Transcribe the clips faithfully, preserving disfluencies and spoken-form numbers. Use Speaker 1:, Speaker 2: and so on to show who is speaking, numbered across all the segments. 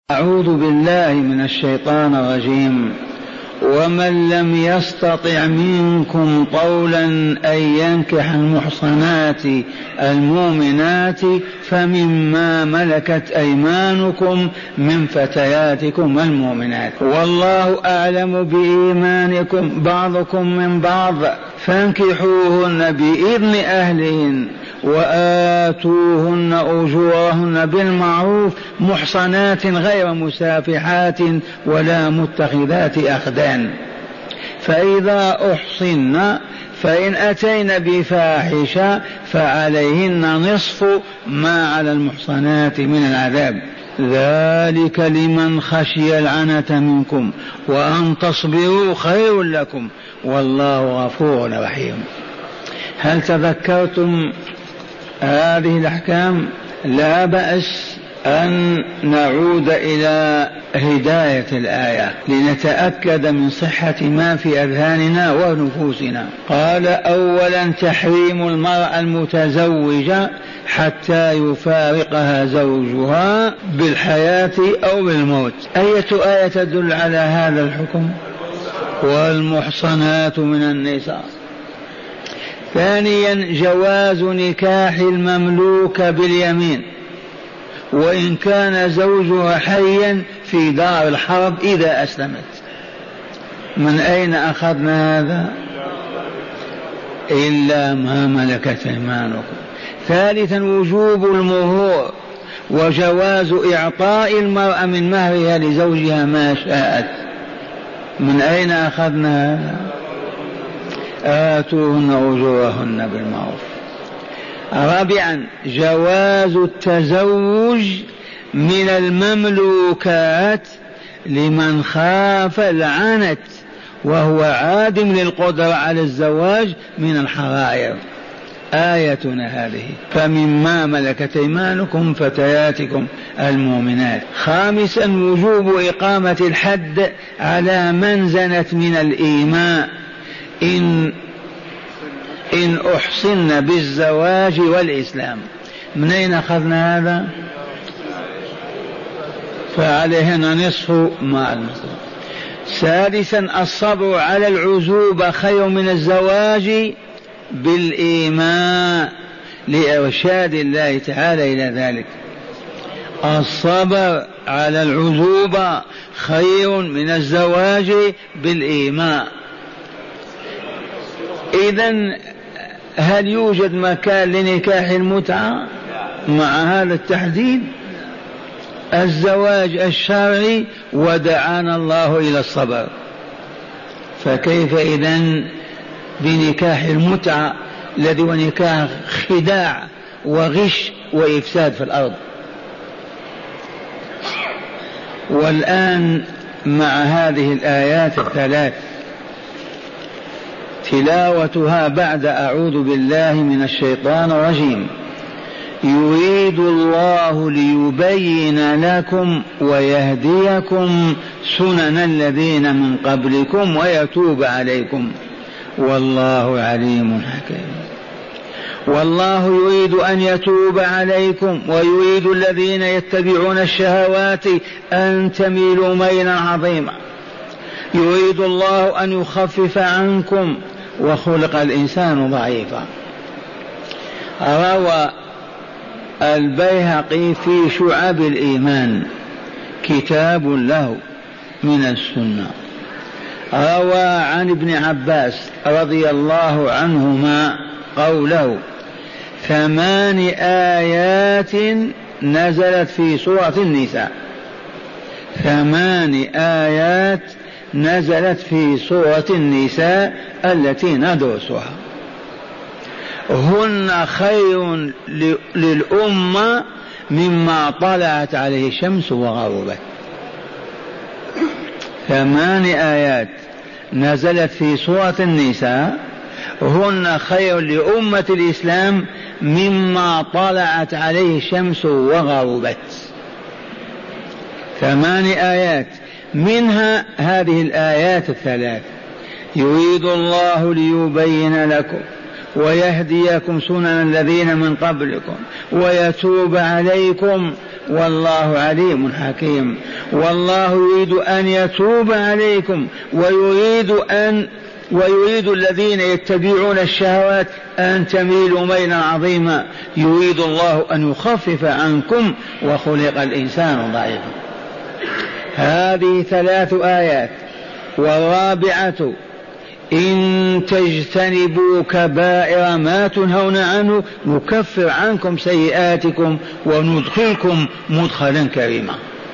Speaker 1: أعوذ بالله من الشيطان الرجيم. ومن لم يستطع منكم طولا أن ينكح المحصنات المؤمنات فمما ملكت أيمانكم من فتياتكم المؤمنات والله أعلم بإيمانكم بعضكم من بعض فانكحوهن بإذن أهلهن وآتوهن أجورهن بالمعروف محصنات غير مسافحات ولا متخذات أخدان. فإذا أحصن فإن أتين بفاحشة فعليهن نصف ما على المحصنات من العذاب ذلك لمن خشي العنة منكم وأن تصبروا خير لكم والله غفور رحيم. هل تذكرتم هذه الأحكام؟ لا بأس أن نعود إلى هداية الآية لنتأكد من صحة ما في أذهاننا ونفوسنا. قال أولا تحريم المرأة المتزوجة حتى يفارقها زوجها بالحياة أو بالموت. أية آية تدل على هذا الحكم؟ والمحصنات من النساء. ثانيا جواز نكاح المملوك باليمين وإن كان زوجها حيا في دار الحرب إذا أسلمت. من أين أخذنا هذا؟ إلا ما ملكت أيمانكم. ثالثا وجوب المهور وجواز إعطاء المرأة من مهرها لزوجها ما شاءت. من أين أخذنا هذا؟ آتوهن أجورهن بالمعروف. رابعا جواز التزوج من المملوكات لمن خاف العنت وهو عادم للقدرة على الزواج من الحرائر. آيتنا هذه فمما ملكت أيمانكم فتياتكم المؤمنات. خامسا وجوب إقامة الحد على من زنت من الإيماء إن إن أحصن بالزواج والإسلام. من أين أخذنا هذا؟ فعليهن نصف مع المسلم. سادسا الصبر على العزوبة خير من الزواج بالإيماء لإرشاد الله تعالى إلى ذلك. الصبر على العزوبة خير من الزواج بالإيماء. إذن هل يوجد مكان لنكاح المتعة مع هذا التحديد؟ الزواج الشرعي ودعانا الله إلى الصبر، فكيف إذن بنكاح المتعة الذي هو نكاح خداع وغش وإفساد في الأرض؟ والآن مع هذه الآيات الثلاث تلاوتها بعد أعوذ بالله من الشيطان الرجيم. يريد الله ليبين لكم ويهديكم سنن الذين من قبلكم ويتوب عليكم والله عليم حكيم. والله يريد أن يتوب عليكم ويريد الذين يتبعون الشهوات أن تميلوا ميلا عظيما. يريد الله أن يخفف عنكم وخلق الإنسان ضعيفا. روى البيهقي في شعب الإيمان كتاب له من السنة، روى عن ابن عباس رضي الله عنهما قوله ثمان آيات نزلت في سورة النساء. ثمان آيات نزلت في سورة النساء التي ندرسها، هن خير للأمة مما طلعت عليه الشمس وغربت. ثمان آيات نزلت في سورة النساء هن خير لأمة الإسلام مما طلعت عليه الشمس وغربت. ثمان آيات منها هذه الآيات الثلاث: يريد الله ليبين لكم ويهديكم سنن الذين من قبلكم ويتوب عليكم والله عليم حكيم. والله يريد أن يتوب عليكم ويريد أن ويريد الذين يتبعون الشهوات أن تميلوا ميلا عظيما. يريد الله أن يخفف عنكم وخلق الإنسان ضعيفا. هذه ثلاث آيات. والرابعة إن تجتنبوا كبائر ما تنهون عنه نكفر عنكم سيئاتكم وندخلكم مدخلا كريما.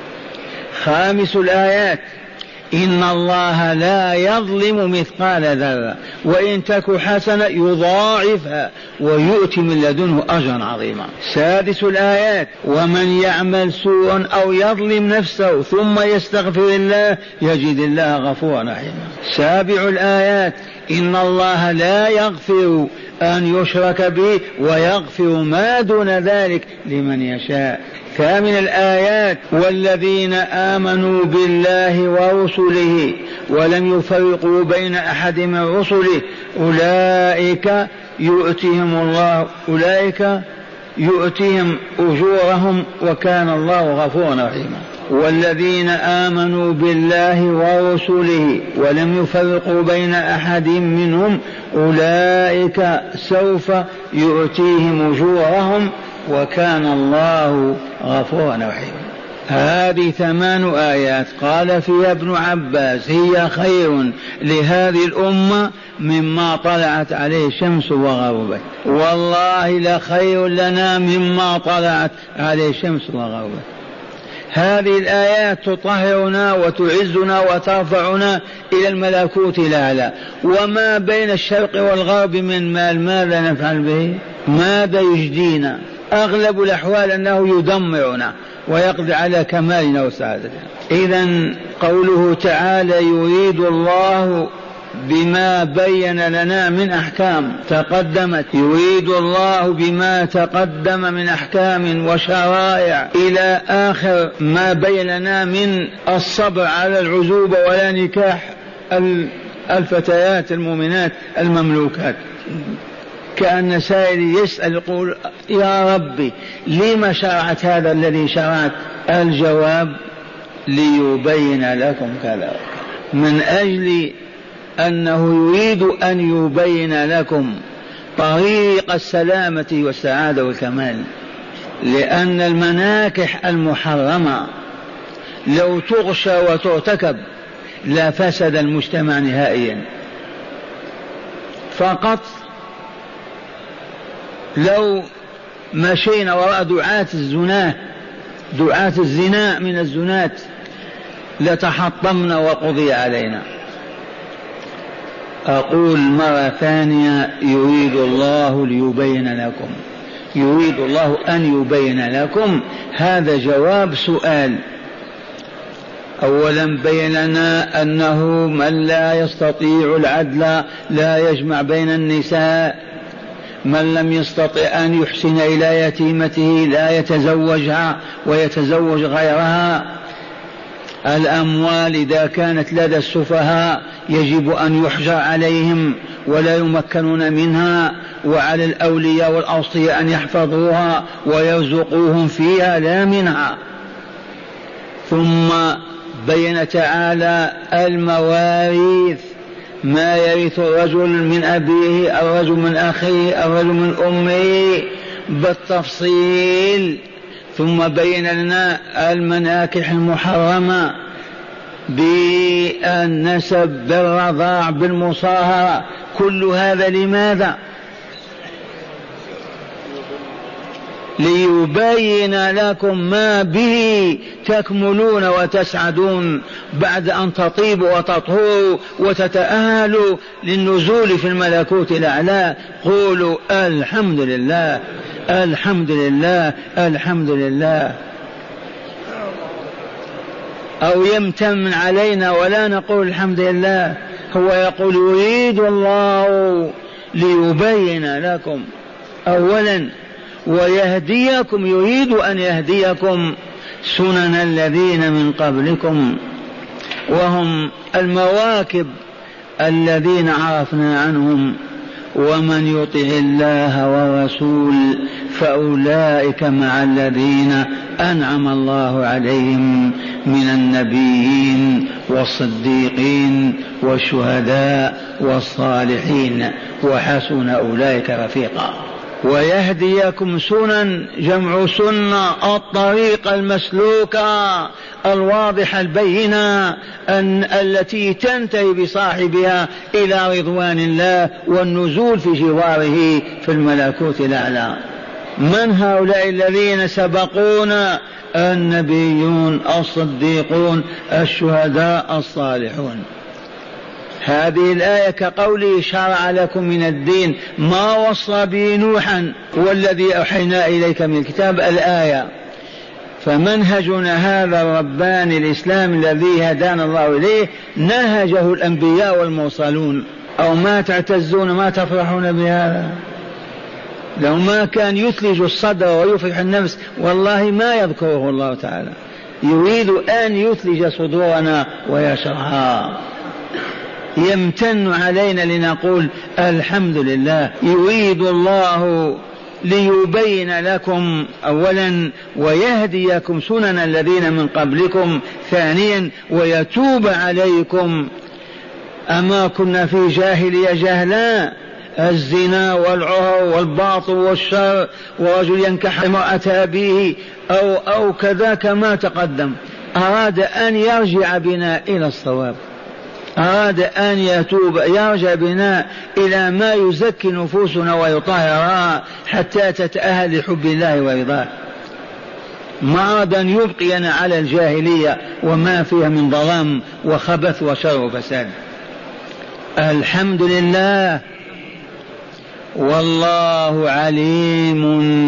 Speaker 1: خامس الآيات إن الله لا يظلم مثقال ذرة وإن تك حسنة يضاعفها ويؤتي من لدنه أجرا عظيما. سادس الآيات ومن يعمل سوءا أو يظلم نفسه ثم يستغفر الله يجد الله غفورا رحيما. سابع الآيات إن الله لا يغفر أن يشرك به ويغفر ما دون ذلك لمن يشاء. ثامن الآيات والذين آمنوا بالله ورسله ولم يفرقوا بين أحد من رسله أولئك يؤتيهم الله أولئك يؤتيهم أجورهم وكان الله غفورا رحيما. والذين آمنوا بالله ورسله ولم يفرقوا بين أحد منهم أولئك سوف يؤتيهم أجورهم وكان الله غفورا رحيما. هذه ثمان آيات قال فيها ابن عباس هي خير لهذه الأمة مما طلعت عليه الشمس وغربت. والله لخير لنا مما طلعت عليه الشمس وغربت. هذه الآيات تطهرنا وتعزنا وترفعنا إلى الملكوت الأعلى. وما بين الشرق والغرب من مال ماذا نفعل به؟ ماذا يجدينا؟ أغلب الأحوال أنه يدمرنا ويقضي على كمالنا وسعادتنا. إذن قوله تعالى يريد الله بما بين لنا من أحكام تقدمت يريد الله بما تقدم من أحكام وشرائع إلى آخر ما بين لنا من الصبر على العزوبة ولا نكاح الفتيات المؤمنات المملوكات. كأن سائل يسأل يقول يا ربي لما شرعت هذا الذي شرعت؟ الجواب ليبين لكم كذا من أجل أنه يريد أن يبين لكم طريق السلامة والسعادة والكمال. لأن المناكح المحرمة لو تغشى وترتكب لا فسد المجتمع نهائيا. فقط لو مشينا وراء دعاة الزنا دعاة الزنا من الزنات لتحطمنا وقضي علينا. أقول مرة ثانية يريد الله ليبين لكم يريد الله أن يبين لكم. هذا جواب سؤال. أولا بين لنا أنه من لا يستطيع العدل لا يجمع بين النساء. من لم يستطع أن يحسن إلى يتيمته لا يتزوجها ويتزوج غيرها. الأموال إذا كانت لدى السفهاء يجب أن يحجر عليهم ولا يمكنون منها. وعلى الأولياء والأوصياء أن يحفظوها ويرزقوهم فيها لا منها. ثم بين تعالى المواريث ما يرث الرجل من أبيه الرجل من أخيه الرجل من أمه بالتفصيل. ثم بين لنا المناكح المحرمة بالنسب بالرضاع بالمصاهرة. كل هذا لماذا؟ ليبين لكم ما به تكملون وتسعدون بعد أن تطيبوا وتطهروا وتتأهلوا للنزول في الملكوت الأعلى. قولوا الحمد لله الحمد لله الحمد لله. أو يمتن علينا ولا نقول الحمد لله. هو يقول يريد الله ليبين لكم أولا ويهديكم يريد أن يهديكم سنن الذين من قبلكم وهم المواكب الذين عرفنا عنهم. ومن يطع الله والرسول فأولئك مع الذين أنعم الله عليهم من النبيين والصديقين والشهداء والصالحين وحسن أولئك رفيقا. ويهديكم سنن، جمع سنة، الطريق المسلوكة الواضحة البينة أن التي تنتهي بصاحبها إلى رضوان الله والنزول في جواره في الملكوت الأعلى. من هؤلاء الذين سبقونا؟ النبيون، الصديقون، الشهداء، الصالحون. هذه الآية كقوله شرع لكم من الدين ما وصى به نوحا والذي أوحينا إليك من الكتاب، الآية. فمنهجنا هذا الرباني الإسلام الذي هدانا الله إليه نهجه الأنبياء والمرسلون. أو ما تعتزون ما تفرحون بهذا؟ لو ما كان يثلج الصدر ويفرح النفس والله ما يذكره الله تعالى. يريد أن يثلج صدورنا ويشرحها، يمتن علينا لنقول الحمد لله. يريد الله ليبين لكم أولا ويهديكم سنن الذين من قبلكم ثانيا ويتوب عليكم. أما كنا في جاهلية جهلا، الزنا والعهر والباطل والشر ورجل ينكح امرأة أبيه أو, أو كذا كما تقدم. أراد أن يرجع بنا إلى الصواب، أراد أن يتوب يرجع بنا إلى ما يزكي نفوسنا ويطهرها حتى تتأهل لحب الله ورضاه. ما أراد أن يبقينا على الجاهلية وما فيها من ظلام وخبث وشر وفساد. الحمد لله. والله عليم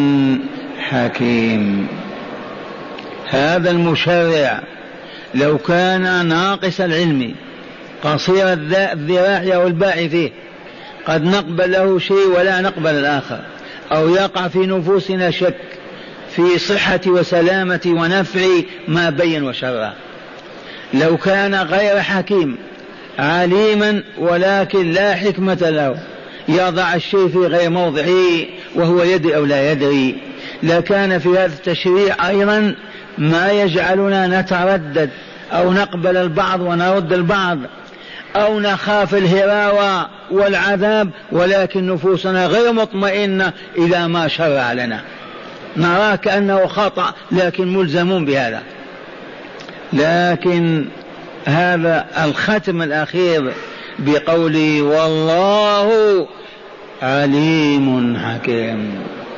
Speaker 1: حكيم. هذا المشرع لو كان ناقص العلم قصير الذراع والباع فيه قد نقبل له شيء ولا نقبل الآخر، أو يقع في نفوسنا شك في صحة وسلامة ونفع ما بين وشره. لو كان غير حكيم عليما ولكن لا حكمة له يضع الشيء في غير موضعه وهو يدري أو لا يدري، لكان في هذا التشريع أيضا ما يجعلنا نتردد أو نقبل البعض ونرد البعض أو نخاف الهراوة والعذاب، ولكن نفوسنا غير مطمئنة إلى ما شرع لنا، نرى كأنه خطأ لكن ملزمون بهذا. لكن هذا الختم الأخير بقوله والله عليم حكيم.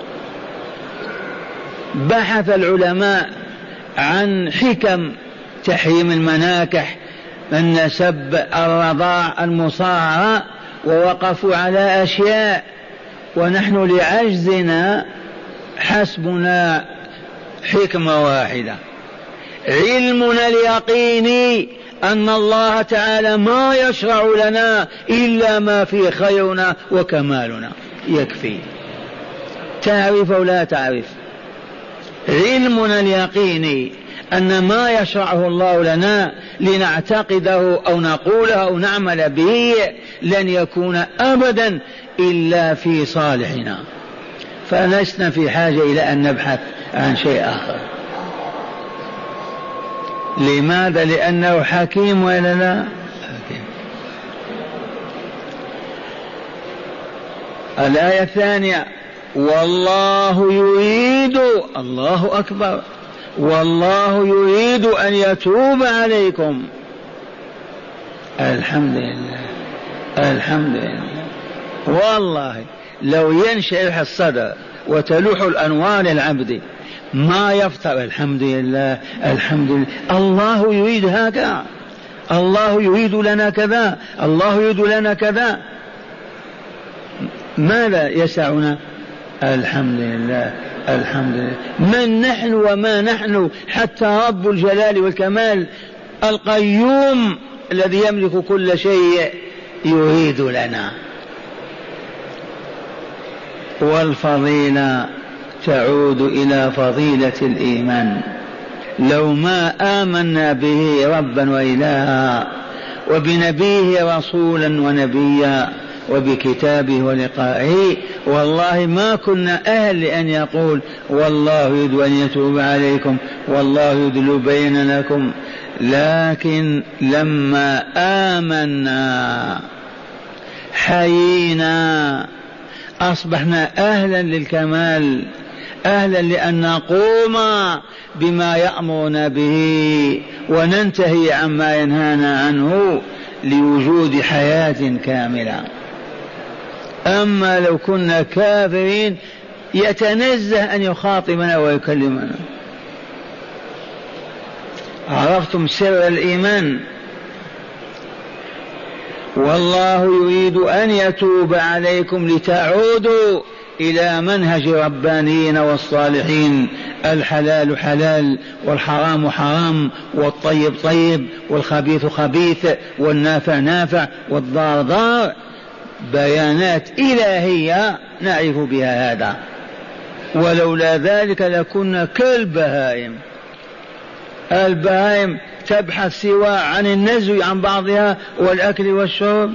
Speaker 1: بحث العلماء عن حكم تحريم المناكح، النسب، الرضاع، المصاهرة، ووقفوا على أشياء، ونحن لعجزنا حسبنا حكمة واحدة، علمنا اليقيني أن الله تعالى ما يشرع لنا إلا ما فيه خيرنا وكمالنا، يكفي. تعرف أو لا تعرف؟ علمنا اليقيني أن ما يشرعه الله لنا لنعتقده أو نقوله أو نعمل به لن يكون أبدا إلا في صالحنا، فلسنا في حاجة إلى أن نبحث عن شيء آخر. لماذا؟ لأنه حكيم ولا لا؟ حكيم. الآية الثانية والله يريد، الله أكبر، والله يريد أن يتوب عليكم. الحمد لله، الحمد لله. والله لو ينشرح الصدر وتلوح الأنوار العبد ما يفتر الحمد لله الحمد لله. الله يريد هكذا، الله يريد لنا كذا، الله يريد لنا كذا. ماذا يسعنا؟ الحمد لله الحمد لله. من نحن وما نحن حتى رب الجلال والكمال القيوم الذي يملك كل شيء يريد لنا. والفضيلة تعود إلى فضيلة الإيمان. لو ما آمنا به ربا وإلها وبنبيه رسولا ونبيا وبكتابه ولقائه. والله ما كنا أهل لأن يقول والله يريد أن يتوب عليكم والله يريد يبين لكم، لكن لما آمنا حيينا أصبحنا أهلا للكمال، أهلا لأن نقوم بما يأمرنا به وننتهي عما ينهانا عنه لوجود حياة كاملة. أما لو كنا كافرين يتنزه أن يخاطبنا ويكلمنا. عرفتم سر الإيمان؟ والله يريد أن يتوب عليكم لتعودوا إلى منهج ربانيين والصالحين، الحلال حلال والحرام حرام والطيب طيب والخبيث خبيث والنافع نافع والضار ضار، بيانات إلهية نعرف بها هذا، ولولا ذلك لكنا كالبهائم. البهائم تبحث سوى عن النزو عن بعضها والأكل والشرب،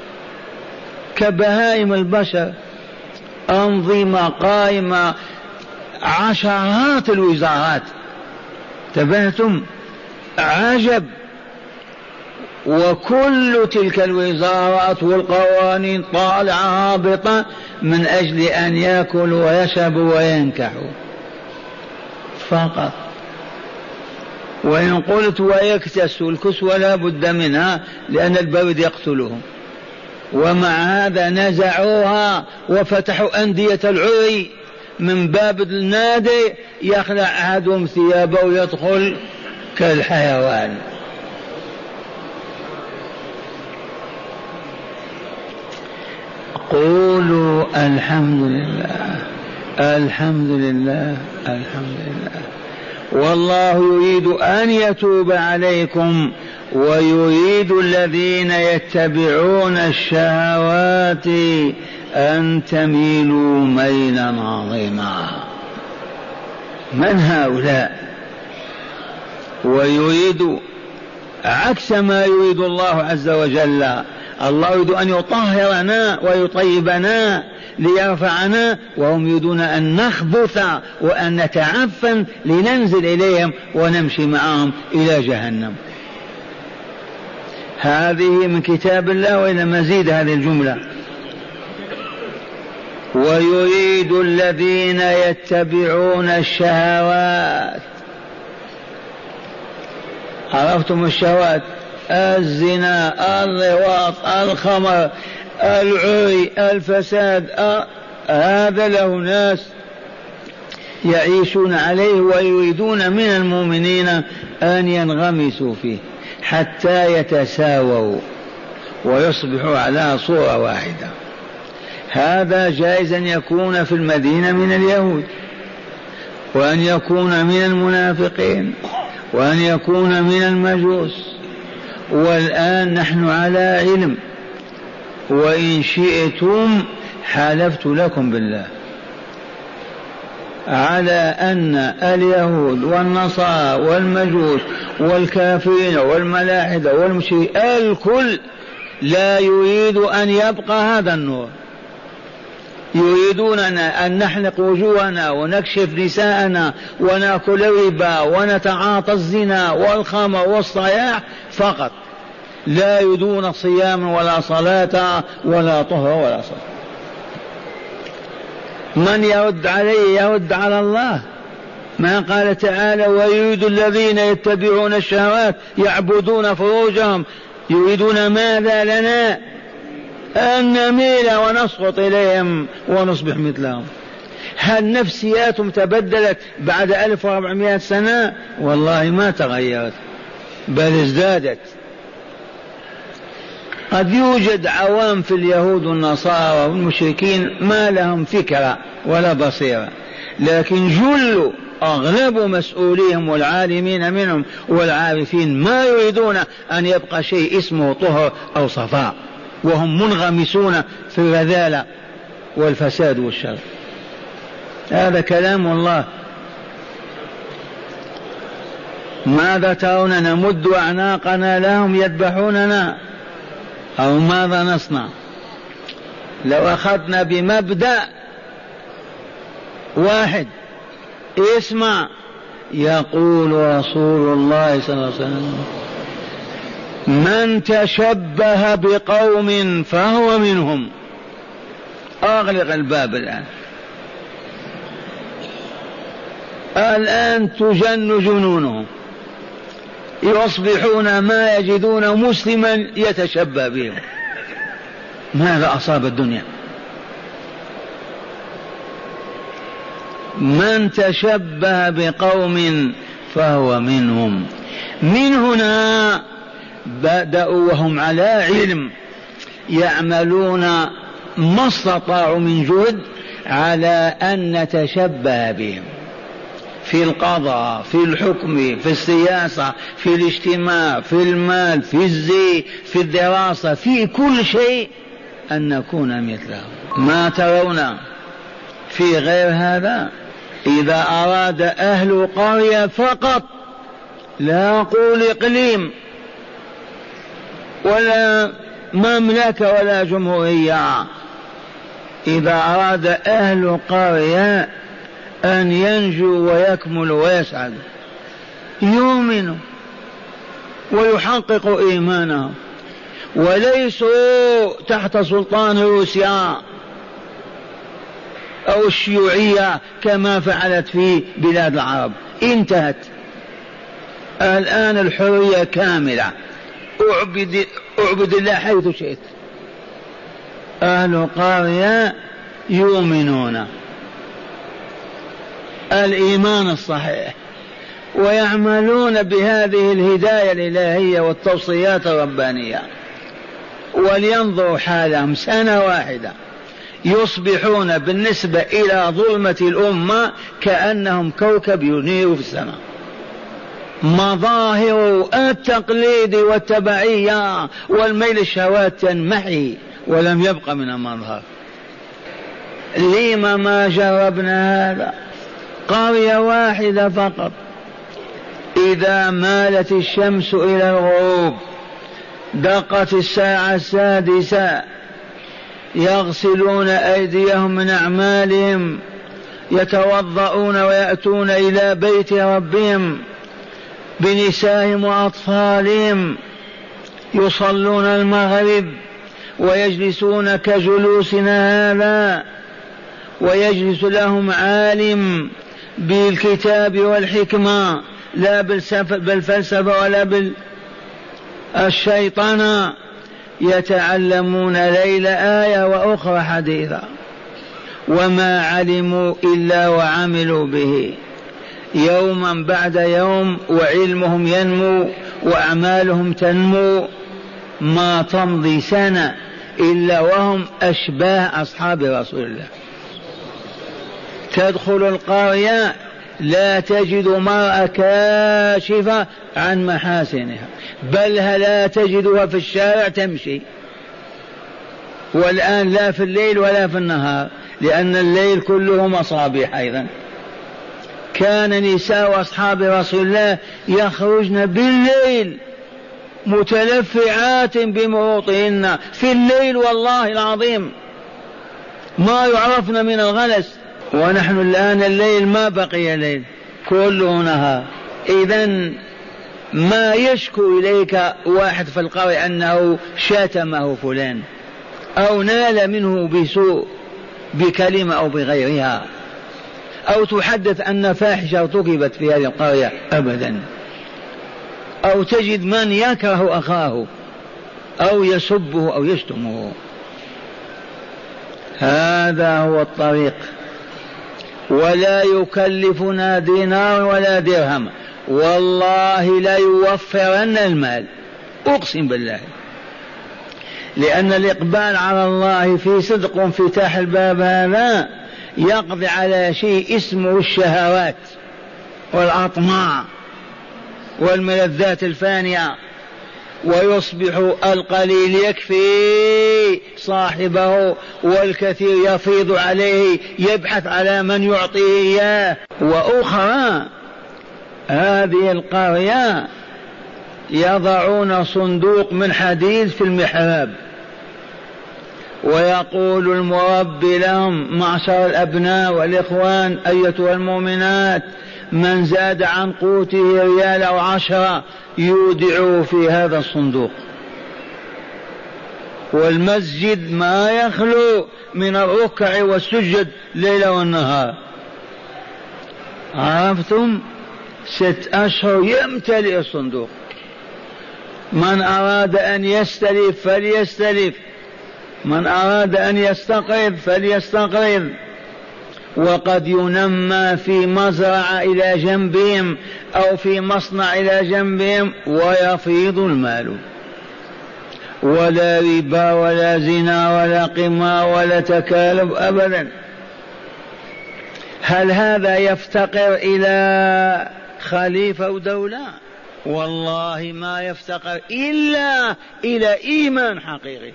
Speaker 1: كبهائم البشر، أنظمة قائمة عشرات الوزارات، تبهتم عجب، وكل تلك الوزارات والقوانين طالعة هابطة من أجل أن يأكلوا ويشربوا وينكحوا فقط. وإن قلت ويكتسوا الكسوة لا بد منها لأن البرد يقتلهم، ومع هذا نزعوها وفتحوا أندية العري من باب النادي، يخلع أحدهم ثيابه ويدخل كالحيوان. قولوا الحمد لله الحمد لله الحمد لله. والله يريد أن يتوب عليكم ويريد الذين يتبعون الشهوات أن تميلوا ميلا عظيما. من هؤلاء؟ ويريد عكس ما يريد الله عز وجل. الله يريد أن يطهرنا ويطيبنا ليرفعنا، وهم يريدون أن نخبث وأن نتعفن لننزل إليهم ونمشي معهم إلى جهنم. هذه من كتاب الله وإلى مزيد هذه الجملة. ويريد الذين يتبعون الشهوات. عرفتم الشهوات؟ الزنا، اللواط، الخمر، العري، الفساد، هذا له ناس يعيشون عليه ويريدون من المؤمنين أن ينغمسوا فيه حتى يتساووا ويصبحوا على صورة واحدة. هذا جائز أن يكون في المدينة من اليهود، وأن يكون من المنافقين، وأن يكون من المجوس. والآن نحن على علم، وإن شئتم حلفت لكم بالله على أن اليهود والنصارى والمجوس والكافرين والملاحدة والمشركين الكل لا يريد أن يبقى هذا النور. يريدوننا أن نحلق وجوهنا ونكشف نساءنا ونأكل الربا ونتعاطى الزنا والخمر والصياح فقط، لا يريدون صيام ولا صلاة ولا طهر ولا صلاة. من يرد عليه يرد على الله. ما قال تعالى ويريد الذين يتبعون الشهوات يعبدون فروجهم، يريدون ماذا لنا؟ أن نميل ونسقط إليهم ونصبح مثلهم. هل نفسياتهم تبدلت بعد ألف وأربعمائة سنة؟ والله ما تغيرت بل ازدادت. قد يوجد عوام في اليهود والنصارى والمشركين ما لهم فكرة ولا بصيرة، لكن جل أغلب مسؤوليهم والعالمين منهم والعارفين ما يريدون أن يبقى شيء اسمه طهر أو صفاء، وهم منغمسون في الرذالة والفساد والشر. هذا كلام الله. ماذا ترون؟ نمد أعناقنا لهم يذبحوننا أو ماذا نصنع؟ لو أخذنا بمبدأ واحد اسمع، يقول رسول الله صلى الله عليه وسلم: من تشبه بقوم فهو منهم. أغلق الباب الآن. الآن تجن جنونهم، يصبحون ما يجدون مسلما يتشبه بهم. ماذا أصاب الدنيا؟ من تشبه بقوم فهو منهم. من هنا بدأوا وهم على علم يعملون ما استطاعوا من جهد على أن نتشبه بهم في القضاء، في الحكم، في السياسة، في الاجتماع، في المال، في الزي، في الدراسة، في كل شيء، أن نكون مثلهم. ما ترون في غير هذا؟ إذا أراد أهل قرية فقط، لا أقول إقليم ولا مملكة ولا جمهورية، إذا أراد أهل قرية أن ينجو ويكمل ويسعد، يؤمنوا ويحققوا إيمانهم، وليسوا تحت سلطان روسيا أو الشيوعية كما فعلت في بلاد العرب. انتهت الآن الحرية كاملة، اعبد, اعبد الله حيث شئت. أهل قرية يؤمنون الإيمان الصحيح ويعملون بهذه الهداية الإلهية والتوصيات الربانية. ولينظروا حالهم سنة واحدة يصبحون بالنسبة إلى ظلمة الأمة كأنهم كوكب ينير في السماء. مظاهر التقليد والتبعية والميل الشهوات تنمحي ولم يبق من المظهر. لما ما جربنا هذا؟ قرية واحدة فقط، إذا مالت الشمس إلى الغروب دقت الساعة السادسة يغسلون أيديهم من أعمالهم، يتوضؤون ويأتون إلى بيت ربهم بنسائهم وأطفالهم، يصلون المغرب ويجلسون كجلوسنا هذا، ويجلس لهم عالم بالكتاب والحكمة لا بالفلسفة ولا بالشيطنة، يتعلمون ليلة آية وأخرى حديثا، وما علموا إلا وعملوا به يوما بعد يوم، وعلمهم ينمو وأعمالهم تنمو. ما تمضي سنة إلا وهم أشباه أصحاب رسول الله. تدخل القرية لا تجد مرأة كاشفة عن محاسنها، بل لا تجدها في الشارع تمشي. والآن لا في الليل ولا في النهار، لأن الليل كله مصابيح أيضا. كان نساء أصحاب رسول الله يخرجن بالليل متلفعات بمروطهن في الليل، والله العظيم ما يعرفن من الغلس. ونحن الآن الليل ما بقي ليل، كله نهار. إذن ما يشكو إليك واحد في القرية أنه شاتمه فلان أو نال منه بسوء بكلمة أو بغيرها، أو تحدث أن فاحشة ارتكبت في هذه القرية، أبدا. أو تجد من يكره أخاه أو يسبه أو يشتمه. هذا هو الطريق، ولا يكلفنا دينار ولا درهم، والله لا يوفرن المال، أقسم بالله. لأن الإقبال على الله في صدق انفتاح الباب هذا يقضي على شيء اسمه الشهوات والأطماع والملذات الفانية، ويصبح القليل يكفي صاحبه والكثير يفيض عليه، يبحث على من يعطيه إياه. وأخرى هذه القرية يضعون صندوق من حديد في المحراب، ويقول المربي لهم معشر الأبناء والإخوان أيتها المؤمنات من زاد عن قوته ريال أو عشرة يودعه في هذا الصندوق. والمسجد ما يخلو من الركع والسجد ليلا والنهار. عرفتم؟ ست أشهر يمتلئ الصندوق. من أراد أن يستلف فليستلف، من أراد أن يستقرض فليستقرض. وقد ينمى في مزرعة إلى جنبهم أو في مصنع إلى جنبهم ويفيض المال، ولا ربا ولا زنا ولا قمار ولا تكالب أبدا. هل هذا يفتقر إلى خليفة ودولة؟ والله ما يفتقر إلا إلى إيمان حقيقي.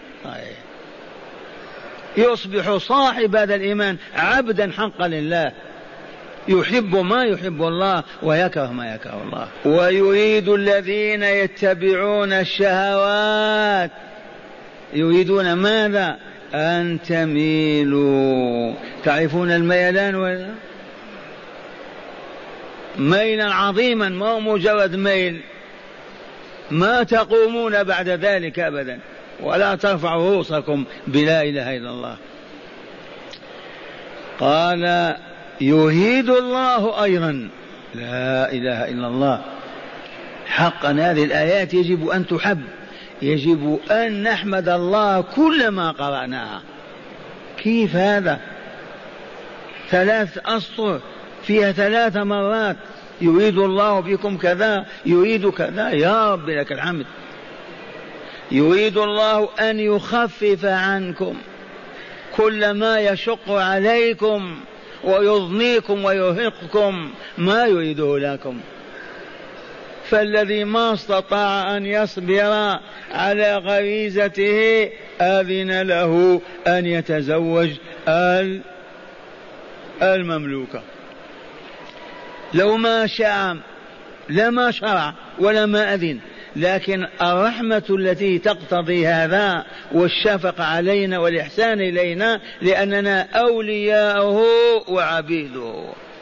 Speaker 1: يصبح صاحب هذا الإيمان عبدا حقا لله، يحب ما يحب الله ويكره ما يكره الله. ويريد الذين يتبعون الشهوات، يريدون ماذا؟ أن تميلوا. تعرفون الميلان ولا؟ ميلا عظيما، ما هو مجرد ميل، ما تقومون بعد ذلك أبدا، ولا ترفعوا رؤوسكم بلا إله إلا الله. قال يهيد الله أيضا، لا إله إلا الله. حقا هذه الآيات يجب أن تحب، يجب أن نحمد الله كلما قرأناها. كيف هذا؟ ثلاث أسطر فيها ثلاث مرات يريد الله بكم كذا، يريد كذا، يا رب لك الحمد. يريد الله أن يخفف عنكم كل ما يشق عليكم ويضنيكم ويرهقكم، ما يريده لكم. فالذي ما استطاع أن يصبر على غريزته أذن له أن يتزوج المملوكة. لو ما شاء لما شرع ولا ما أذن، لكن الرحمة التي تقتضي هذا والشفقة علينا والإحسان إلينا لأننا أولياؤه وعبيده.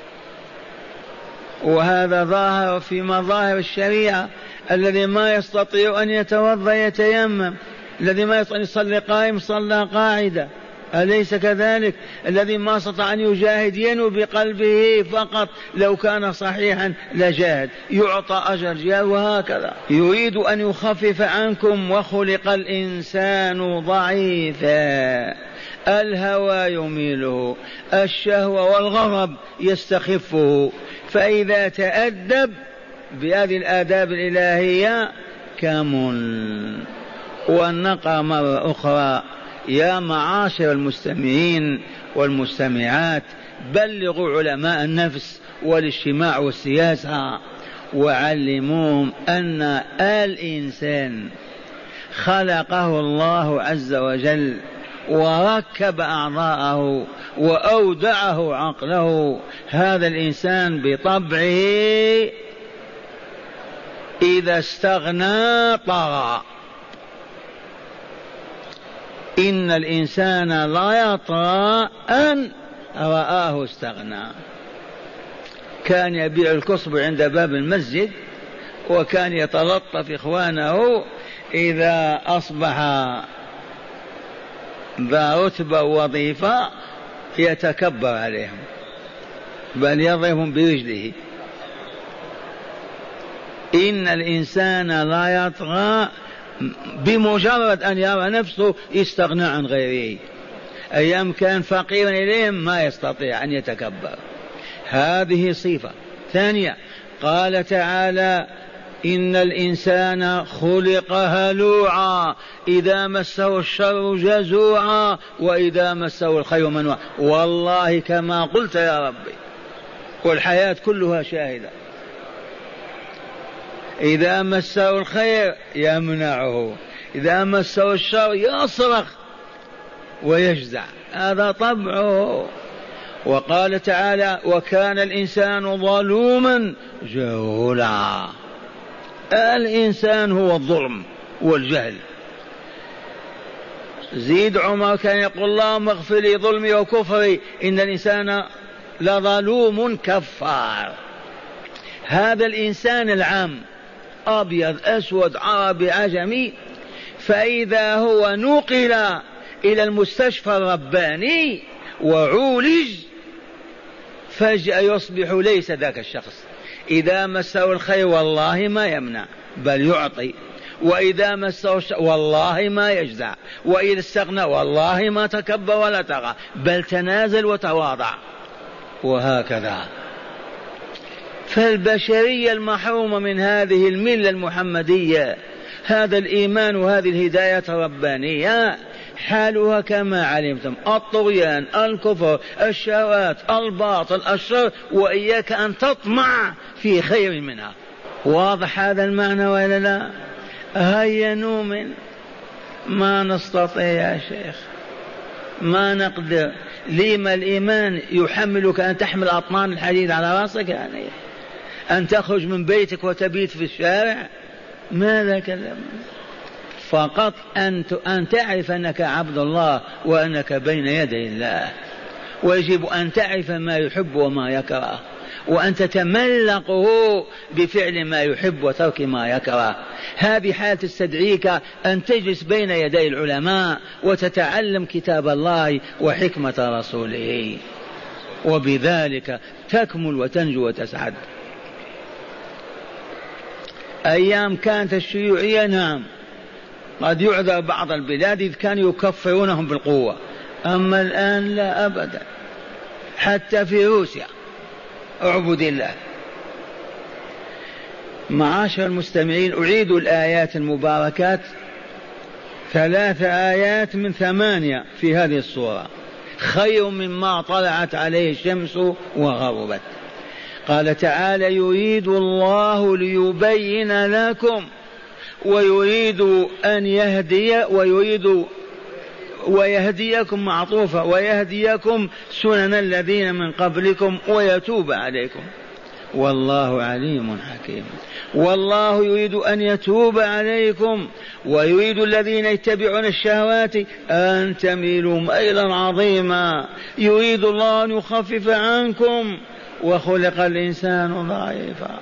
Speaker 1: وهذا ظاهر في مظاهر الشريعة. الذي ما يستطيع أن يتوضأ يتيمم، الذي ما يستطيع أن يصلي قائم صلى قاعدة، أليس كذلك؟ الذي ما استطاع أن يجاهد ينوي بقلبه فقط، لو كان صحيحا لجاهد، يعطى أجر جهاد. وهكذا يريد أن يخفف عنكم. وخلق الإنسان ضعيفا، الهوى يميله، الشهوة والغضب يستخفه، فإذا تأدب بهذه الآداب الإلهية كمل. ونقرأ مرة أخرى: يا معاشر المستمعين والمستمعات، بلغوا علماء النفس والاجتماع والسياسة وعلموهم أن الإنسان خلقه الله عز وجل وركب أعضاءه وأودعه عقله. هذا الإنسان بطبعه إذا استغنى طغى. إن الإنسان لا يطغى أن رآه استغنى. كان يبيع الكصب عند باب المسجد، وكان يتلطف إخوانه إذا أصبح ذا رتبة ووظيفة يتكبر عليهم، بل يضربهم برجله. إن الإنسان لا يطغى بمجرد أن يرى نفسه استغنى عن غيره. أيام كان فقيرا إليهم ما يستطيع أن يتكبر. هذه صفة ثانية. قال تعالى: إن الإنسان خلق هلوعا إذا مسه الشر جزوعا وإذا مسه الخير منوعا. والله كما قلت يا ربي، والحياة كلها شاهدة. إذا مسه الخير يمنعه، إذا مسه الشر يصرخ ويجزع، هذا طبعه. وقال تعالى: وكان الإنسان ظلوما جهولا. الإنسان هو الظلم والجهل. زيد عمر كان يقول اللهم اغفر لي ظلمي وكفري إن الإنسان لظلوم كفار. هذا الإنسان العام أبيض أسود عربي عجمي، فإذا هو نقل إلى المستشفى الرباني وعولج فجأة يصبح ليس ذاك الشخص. إذا مسه الخير والله ما يمنع بل يعطي، وإذا مسه الشر والله ما يجزع، وإذا استغنى والله ما تكبر ولا طغى بل تنازل وتواضع، وهكذا. فالبشرية المحرومة من هذه الملة المحمدية، هذا الإيمان وهذه الهداية الربانية، حالها كما علمتم: الطغيان، الكفر، الشهوات، الباطل، الشر، وإياك أن تطمع في خير منها. واضح هذا المعنى ولا لا؟ هيا نؤمن. ما نستطيع يا شيخ، ما نقدر. لما الإيمان يحملك أن تحمل أطنان الحديد على رأسك؟ يعني أن تخرج من بيتك وتبيت في الشارع؟ ماذا كلام؟ فقط أن أن تعرف أنك عبد الله وأنك بين يدي الله، ويجب أن تعرف ما يحب وما يكره، وأن تتملقه بفعل ما يحب وترك ما يكره. هذه حال تستدعيك أن تجلس بين يدي العلماء وتتعلم كتاب الله وحكمة رسوله، وبذلك تكمل وتنجو وتسعد. أيام كانت الشيوعية نعم قد يعذر بعض البلاد إذ كانوا يكفرونهم بالقوة، أما الآن لا أبدا. حتى في روسيا اعبد الله. معاشر المستمعين، أعيد الآيات المباركات، ثلاث آيات من ثمانية في هذه السورة: خير مما طلعت عليه الشمس وغربت. قال تعالى: يريد الله ليبين لكم، ويريد أن يهدي، ويريد ويهديكم معطوفة، ويهديكم سنن الذين من قبلكم ويتوب عليكم والله عليم حكيم. والله يريد أن يتوب عليكم ويريد الذين يتبعون الشهوات أن تميلوا ميلا عظيما. يريد الله أن يخفف عنكم وخلق الإنسان ضعيفا.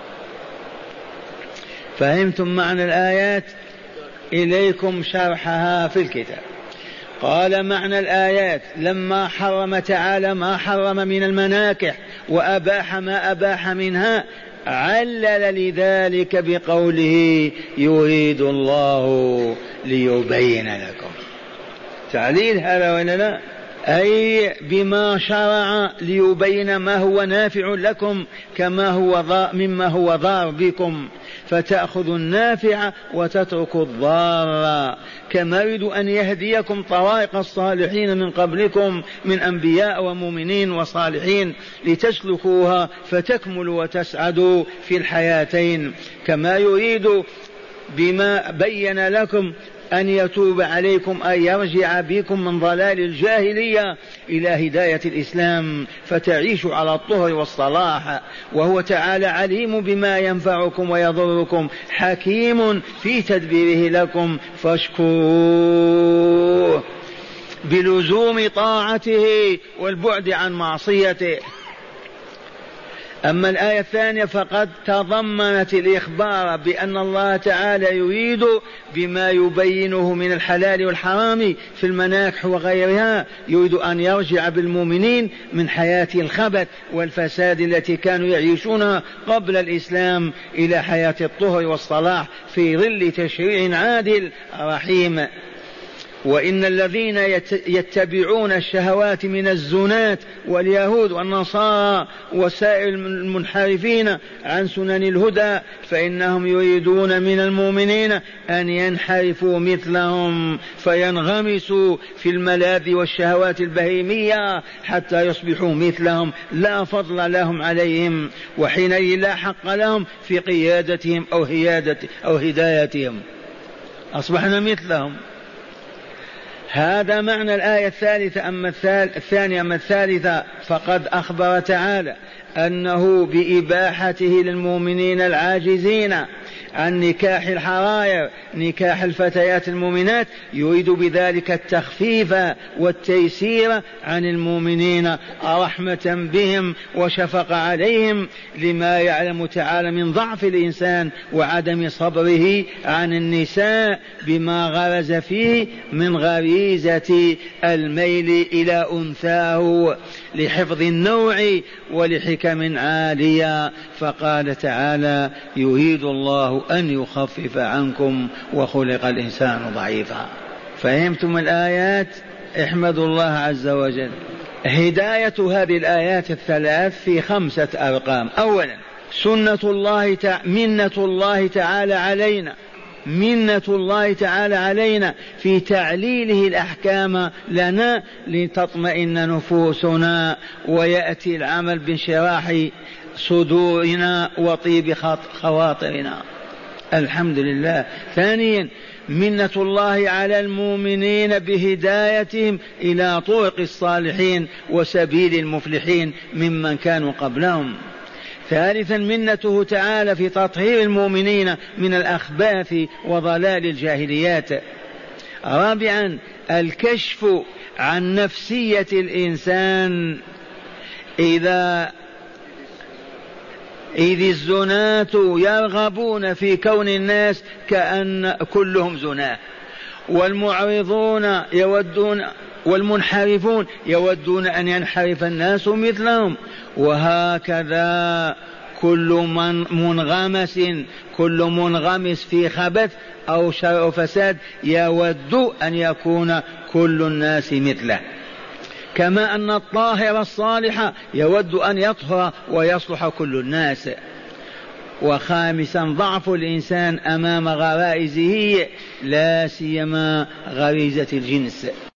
Speaker 1: فهمتم معنى الآيات؟ إليكم شرحها في الكتاب. قال: معنى الآيات: لما حرم تعالى ما حرم من المناكح وأباح ما أباح منها، علل لذلك بقوله: يريد الله ليبين لكم. تعليل هذا ولا لا؟ أي بما شرع ليبين ما هو نافع لكم كما هو ضار مما هو ضار بكم، فتأخذوا النافع وتتركوا الضار. كما يريد أن يهديكم طرائق الصالحين من قبلكم من أنبياء ومؤمنين وصالحين لتسلكوها فتكملوا وتسعدوا في الحياتين. كما يريد بما بين لكم أن يتوب عليكم، أن يرجع بكم من ضلال الجاهلية إلى هداية الإسلام فتعيشوا على الطهر والصلاح. وهو تعالى عليم بما ينفعكم ويضركم، حكيم في تدبيره لكم، فاشكروه بلزوم طاعته والبعد عن معصيته. أما الآية الثانية فقد تضمنت الإخبار بأن الله تعالى يريد بما يبينه من الحلال والحرام في المناكح وغيرها، يريد أن يرجع بالمؤمنين من حياة الخبث والفساد التي كانوا يعيشونها قبل الإسلام إلى حياة الطهر والصلاح في ظل تشريع عادل رحيم. وإن الذين يتبعون الشهوات من الزنات واليهود والنصارى وسائر المنحرفين عن سنن الهدى فإنهم يريدون من المؤمنين أن ينحرفوا مثلهم فينغمسوا في الملاذ والشهوات البهيمية حتى يصبحوا مثلهم لا فضل لهم عليهم، وحينئذ لا حق لهم في قيادتهم أو هيادة أو هدايتهم، أصبحنا مثلهم. هذا معنى الآية الثالثة. أما الثانية أما الثالثة فقد أخبر تعالى أنه بإباحته للمؤمنين العاجزين عن نكاح الحراير نكاح الفتيات المؤمنات يريد بذلك التخفيف والتيسير عن المؤمنين رحمة بهم وشفقة عليهم، لما يعلم تعالى من ضعف الإنسان وعدم صبره عن النساء بما غرز فيه من غريزة الميل إلى أنثاه لحفظ النوع ولحكم عالية. فقال تعالى يريد الله أن يخفف عنكم وخلق الإنسان ضعيفا. فهمتم الآيات؟ احمدوا الله عز وجل. هداية هذه الآيات الثلاث في خمسة أرقام. أولا سنة الله تع... منة الله تعالى علينا منة الله تعالى علينا في تعليله الأحكام لنا لتطمئن نفوسنا ويأتي العمل بانشراح صدورنا وطيب خواطرنا. الحمد لله. ثانيا منة الله على المؤمنين بهدايتهم إلى طرق الصالحين وسبيل المفلحين ممن كانوا قبلهم. ثالثا منته تعالى في تطهير المؤمنين من الأخباث وضلال الجاهليات. رابعا الكشف عن نفسية الإنسان إذا إذ الزناة يرغبون في كون الناس كأن كلهم زناة، والمعرضون يودون والمنحرفون يودون أن ينحرف الناس مثلهم، وهكذا كل من منغمس كل منغمس في خبث أو شر أو فساد يود أن يكون كل الناس مثله، كما أن الطاهر الصالح يود أن يطهر ويصلح كل الناس. وخامسا ضعف الإنسان أمام غرائزه لا سيما غريزة الجنس.